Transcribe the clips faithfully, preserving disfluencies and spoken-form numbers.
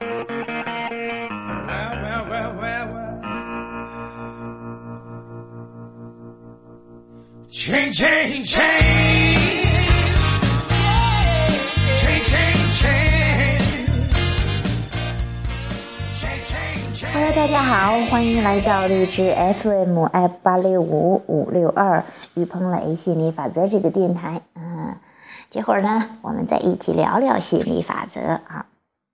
Well, well, well, well, well. Change, change, change. Change, change, change. Change, change, change. Hello， 大家好，欢迎来到荔枝 F M F 八六五五六二于鹏磊心理法则这个电台。嗯，这会儿呢，我们再一起聊聊心理法则啊。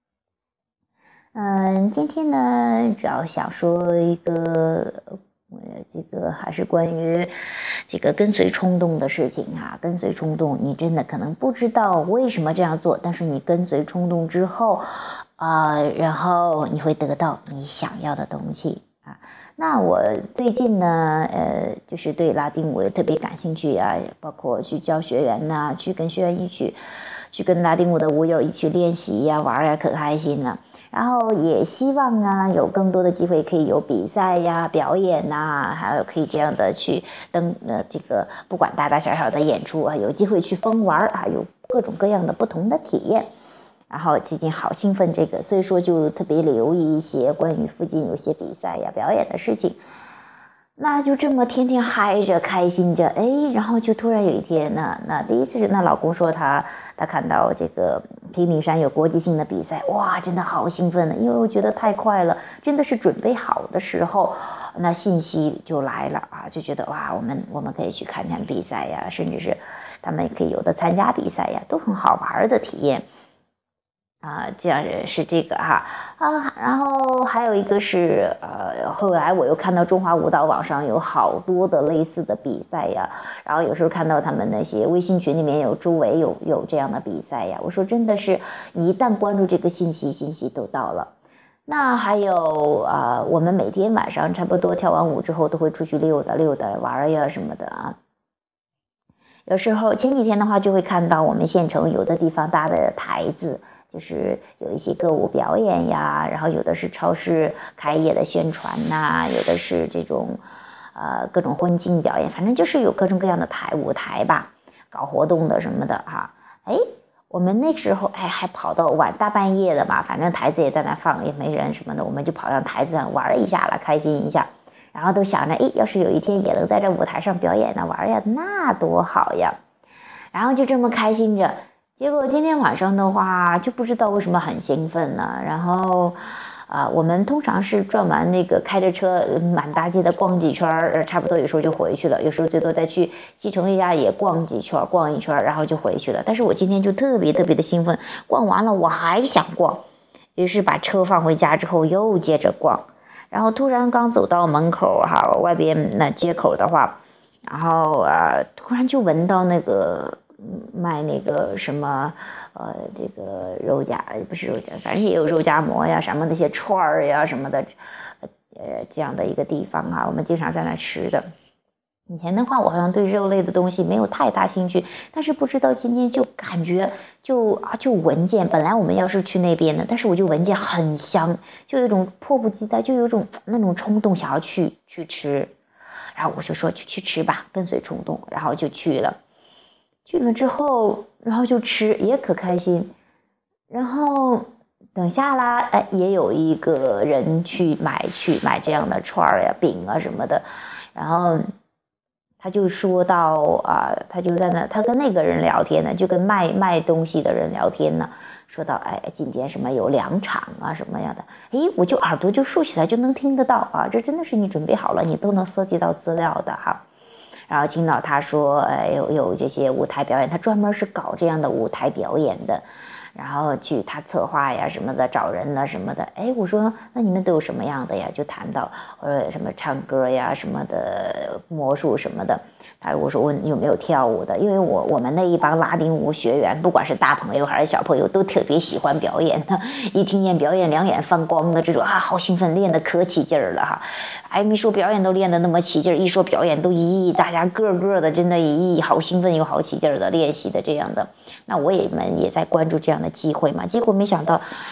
嗯，今天呢，主要想说一个，呃，这个还是关于这个跟随冲动的事情啊。跟随冲动，你真的可能不知道为什么这样做，但是你跟随冲动之后，呃，然后你会得到你想要的东西啊。那我最近呢，呃，就是对拉丁舞也特别感兴趣啊，包括去教学员呐、啊，去跟学员一起，去跟拉丁舞的舞友一起练习呀、啊，玩呀、啊，可开心了。然后也希望啊，有更多的机会可以有比赛呀、表演呐，还有可以这样的去登呃这个不管大大小小的演出啊，有机会去疯玩啊，有各种各样的不同的体验。然后最近好兴奋这个，所以说就特别留意一些关于附近有些比赛呀、表演的事情。那就这么天天嗨着开心着，哎，然后就突然有一天呢，那第一次那老公说他他看到这个平顶山有国际性的比赛，哇，真的好兴奋呢，因为我觉得太快了，真的是准备好的时候，那信息就来了啊，就觉得哇，我们我们可以去看看比赛呀，甚至是他们也可以有的参加比赛呀，都很好玩的体验。啊，这样是这个哈啊，然后还有一个是呃，后来我又看到中华舞蹈网上有好多的类似的比赛呀，然后有时候看到他们那些微信群里面有周围有有这样的比赛呀，我说真的是，你一旦关注这个信息，信息都到了。那还有啊、呃，我们每天晚上差不多跳完舞之后都会出去溜达溜达玩呀什么的啊。有时候前几天的话就会看到我们县城有的地方搭的台子。就是有一些歌舞表演呀，然后有的是超市开业的宣传呐、啊，有的是这种呃各种婚庆表演，反正就是有各种各样的台舞台吧，搞活动的什么的哈。哎，我们那时候哎还跑到晚大半夜的嘛，反正台子也在那放，也没人什么的，我们就跑上台子上玩一下了，开心一下，然后都想着，哎，要是有一天也能在这舞台上表演呢，玩呀，那多好呀。然后就这么开心着。结果今天晚上的话，就不知道为什么很兴奋呢。然后，啊、呃，我们通常是转完那个开着车满大街的逛几圈，差不多有时候就回去了，有时候最多再去西城呀也逛几圈，逛一圈，然后就回去了。但是我今天就特别特别的兴奋，逛完了我还想逛，于是把车放回家之后又接着逛。然后突然刚走到门口哈，外边那街口的话，然后呃，突然就闻到那个。卖那个什么呃这个肉夹不是肉夹，反正也有肉夹馍呀什么那些串儿呀什么的，呃这样的一个地方啊，我们经常在那吃的。以前的话我好像对肉类的东西没有太大兴趣，但是不知道今天就感觉就啊就闻见，本来我们要是去那边的，但是我就闻见很香，就有一种迫不及待，就有一种那种冲动想要去去吃，然后我就说去去吃吧，跟随冲动，然后就去了。去了之后，然后就吃，也可开心。然后等下啦，哎，也有一个人去买去买这样的串儿呀、饼啊什么的。然后他就说到啊、呃，他就在那，他跟那个人聊天呢，就跟卖卖东西的人聊天呢，说到哎，今天什么有两场啊什么样的，哎，我就耳朵就竖起来，就能听得到啊，这真的是你准备好了，你都能搜集到资料的哈。然后听到他说，呃，有有这些舞台表演，他专门是搞这样的舞台表演的，然后去他策划呀什么的，找人了什么的。哎，我说那你们都有什么样的呀？就谈到呃什么唱歌呀什么的，魔术什么的。他我说问有没有跳舞的，因为我我们那一帮拉丁舞学员，不管是大朋友还是小朋友，都特别喜欢表演的。一听见表演两眼放光的这种啊，好兴奋，练得可起劲儿了哈。还没说表演都练得那么起劲儿，一说表演都咦，大家个个的真的咦，好兴奋又好起劲儿的练习的这样的。那我也们也在关注这样的机会嘛，结果没想到。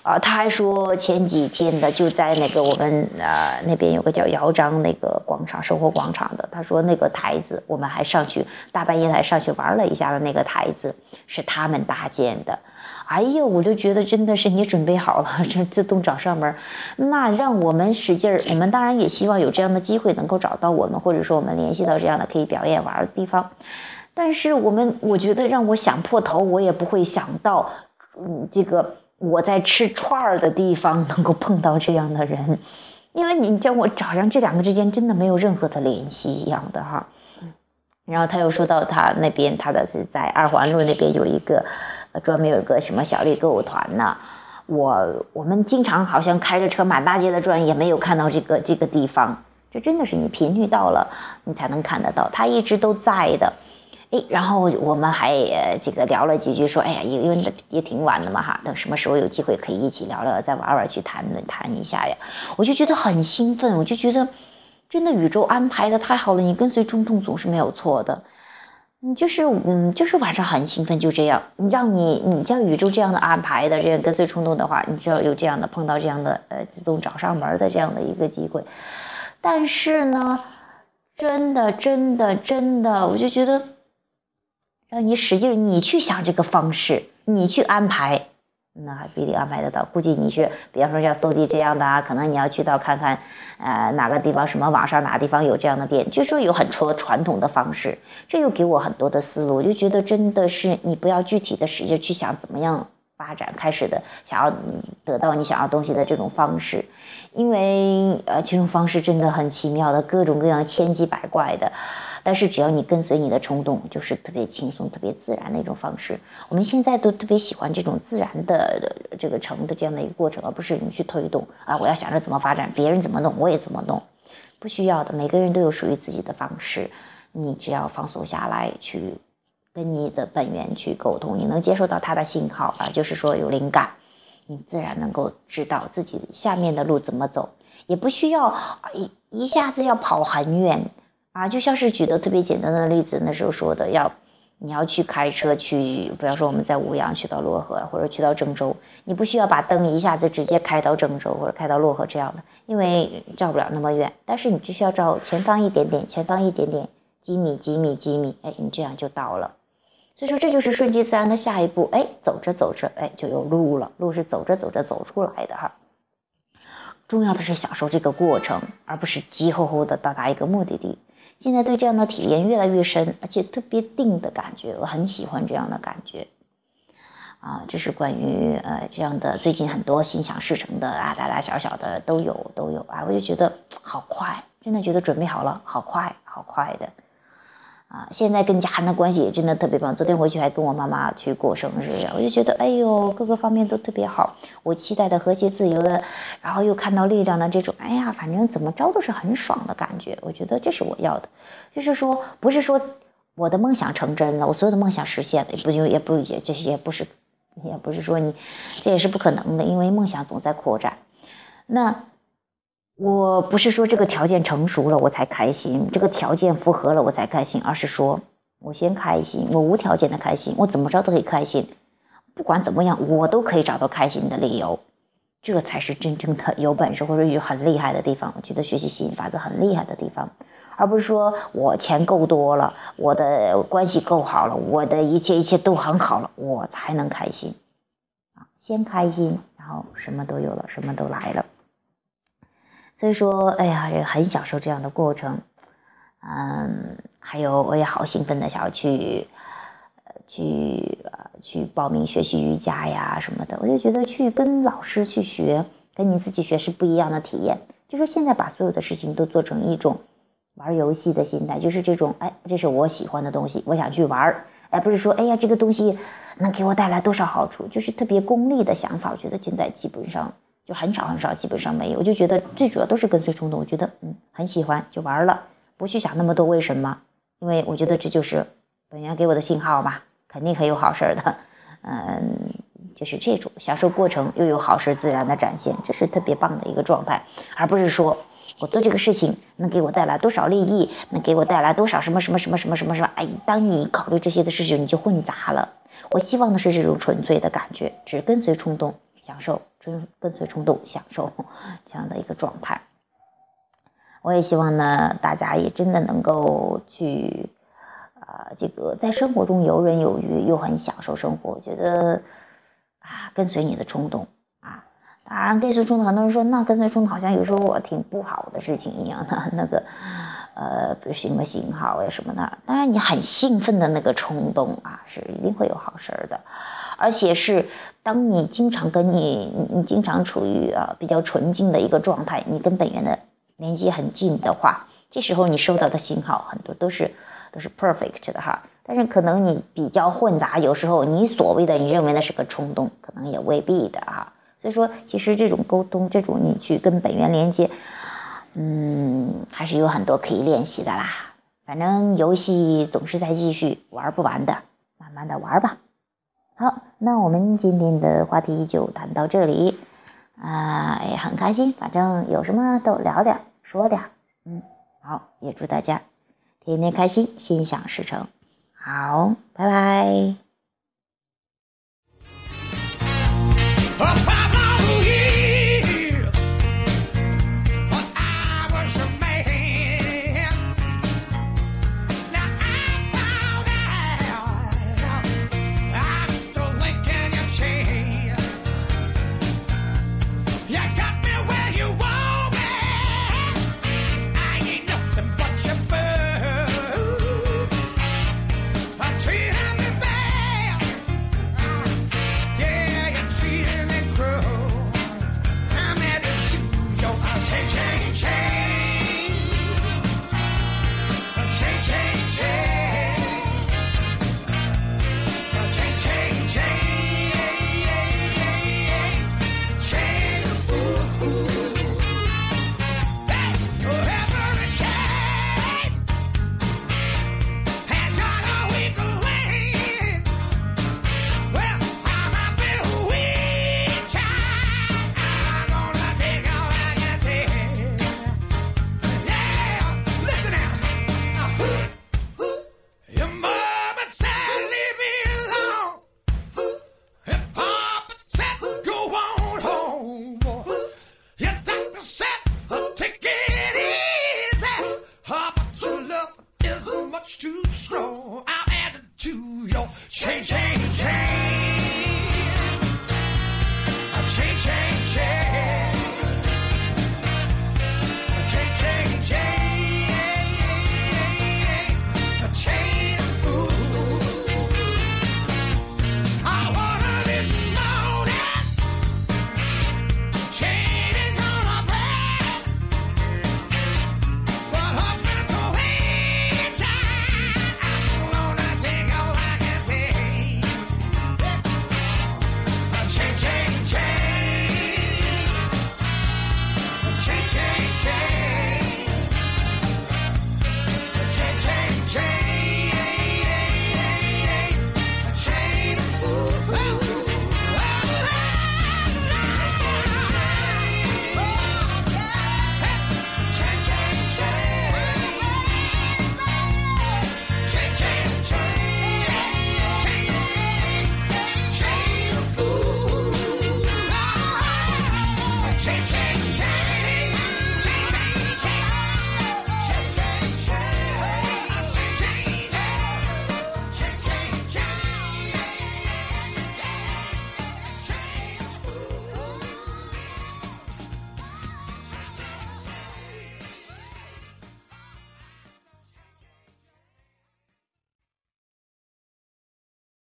啊，他还说前几天的就在那个我们呃那边有个叫姚章那个广场生活广场的，他说那个台子我们还上去大半夜还上去玩了一下的那个台子是他们搭建的。哎呦，我就觉得真的是你准备好了，这自动找上门，那让我们使劲儿。我们当然也希望有这样的机会能够找到我们，或者说我们联系到这样的可以表演玩的地方。但是我们，我觉得让我想破头，我也不会想到，嗯，这个我在吃串儿的地方能够碰到这样的人，因为你叫我找上这两个之间真的没有任何的联系一样的哈。然后他又说到他那边，他的是在二环路那边有一个，呃，专门有一个什么小丽歌舞团呢。我我们经常好像开着车满大街的转，也没有看到这个这个地方。这真的是你频率到了，你才能看得到，他一直都在的。哎，然后我们还呃这个聊了几句，说哎呀，因为也挺晚的嘛哈，等什么时候有机会可以一起聊聊，再玩玩去谈论谈一下呀。我就觉得很兴奋，我就觉得真的宇宙安排的太好了，你跟随冲动总是没有错的。你就是嗯，就是晚上很兴奋，就这样，你让你你叫宇宙这样的安排的，这样跟随冲动的话，你就要有这样的碰到这样的呃自动找上门的这样的一个机会。但是呢，真的真的真的，我就觉得。让你使劲，你去想这个方式，你去安排，那还不一定安排得到。估计你是，比方说像搜集这样的啊，可能你要去到看看，呃，哪个地方什么网上哪个地方有这样的店，就说有很多传统的方式，这又给我很多的思路。我就觉得真的是你不要具体的使劲去想怎么样发展开始的，想要得到你想要东西的这种方式，因为呃这种方式真的很奇妙的，各种各样千奇百怪的。但是只要你跟随你的冲动，就是特别轻松、特别自然的一种方式。我们现在都特别喜欢这种自然的这个成的这样的一个过程，而不是你去推动啊！我要想着怎么发展，别人怎么弄我也怎么弄，不需要的。每个人都有属于自己的方式，你只要放松下来，去跟你的本源去沟通，你能接受到他的信号啊，就是说有灵感，你自然能够知道自己下面的路怎么走，也不需要一一下子要跑很远。啊，就像是举的特别简单的例子，那时候说的要，你要去开车去，比方说我们在武阳去到漯河或者去到郑州，你不需要把灯一下子直接开到郑州或者开到漯河这样的，因为照不了那么远，但是你只需要照前方一点点，前方一点点，几米几米几米，哎，你这样就到了。所以说这就是顺其自然的下一步，哎，走着走着，哎，就有路了，路是走着走着走出来的哈。重要的是享受这个过程，而不是急吼吼的到达一个目的地。现在对这样的体验越来越深，而且特别定的感觉，我很喜欢这样的感觉啊。这是关于呃这样的，最近很多心想事成的啊，大大小小的都有都有啊，我就觉得好快，真的觉得准备好了，好快好快的啊。现在跟家人的关系也真的特别棒，昨天回去还跟我妈妈去过生日，我就觉得哎呦各个方面都特别好，我期待的和谐自由的，然后又看到力量的这种，哎呀反正怎么着都是很爽的感觉，我觉得这是我要的。就是说不是说我的梦想成真了，我所有的梦想实现了，也不也不也这些不是也不是说你这也是不可能的，因为梦想总在扩展。那我不是说这个条件成熟了我才开心，这个条件符合了我才开心，而是说我先开心，我无条件的开心，我怎么着都可以开心，不管怎么样我都可以找到开心的理由，这才是真正的有本事或者有很厉害的地方。我觉得学习吸引法则很厉害的地方，而不是说我钱够多了，我的关系够好了，我的一切一切都很好了，我才能开心啊！先开心，然后什么都有了，什么都来了。所以说，哎呀，也很享受这样的过程。嗯，还有我也好兴奋的想要去，呃，去呃去报名学习瑜伽呀什么的。我就觉得去跟老师去学，跟你自己学是不一样的体验。就说现在把所有的事情都做成一种玩游戏的心态，就是这种，哎，这是我喜欢的东西，我想去玩，哎，不是说，哎呀，这个东西能给我带来多少好处，就是特别功利的想法。我觉得现在基本上就很少很少，基本上没有。我就觉得最主要都是跟随冲动，我觉得嗯很喜欢就玩了，不去想那么多为什么，因为我觉得这就是本源给我的信号嘛，肯定很有好事的。嗯，就是这种享受过程又有好事自然的展现，这是特别棒的一个状态，而不是说我做这个事情能给我带来多少利益，能给我带来多少什么什么什么什么什么什么，哎，当你考虑这些的事情你就混杂了。我希望的是这种纯粹的感觉，只跟随冲动，享受跟跟随冲动，享受这样的一个状态。我也希望呢，大家也真的能够去啊、呃，这个在生活中游刃有余，又很享受生活。我觉得啊，跟随你的冲动啊，当然跟随冲动，很多人说那跟随冲动好像有时候我挺不好的事情一样的，那个呃，比如什么信号呀什么的。当然你很兴奋的那个冲动啊，是一定会有好事的，而且是当你经常跟你你经常处于啊比较纯净的一个状态，你跟本源的连接很近的话，这时候你收到的信号很多都是都是 perfect 的哈。但是可能你比较混杂，有时候你所谓的你认为那是个冲动，可能也未必的哈。所以说，其实这种沟通，这种你去跟本源连接，嗯，还是有很多可以练习的啦。反正游戏总是在继续，玩不完的，慢慢的玩吧。好，那我们今天的话题就谈到这里，啊、呃，也很开心，反正有什么都聊点，说点，嗯，好，也祝大家天天开心，心想事成。好，拜拜。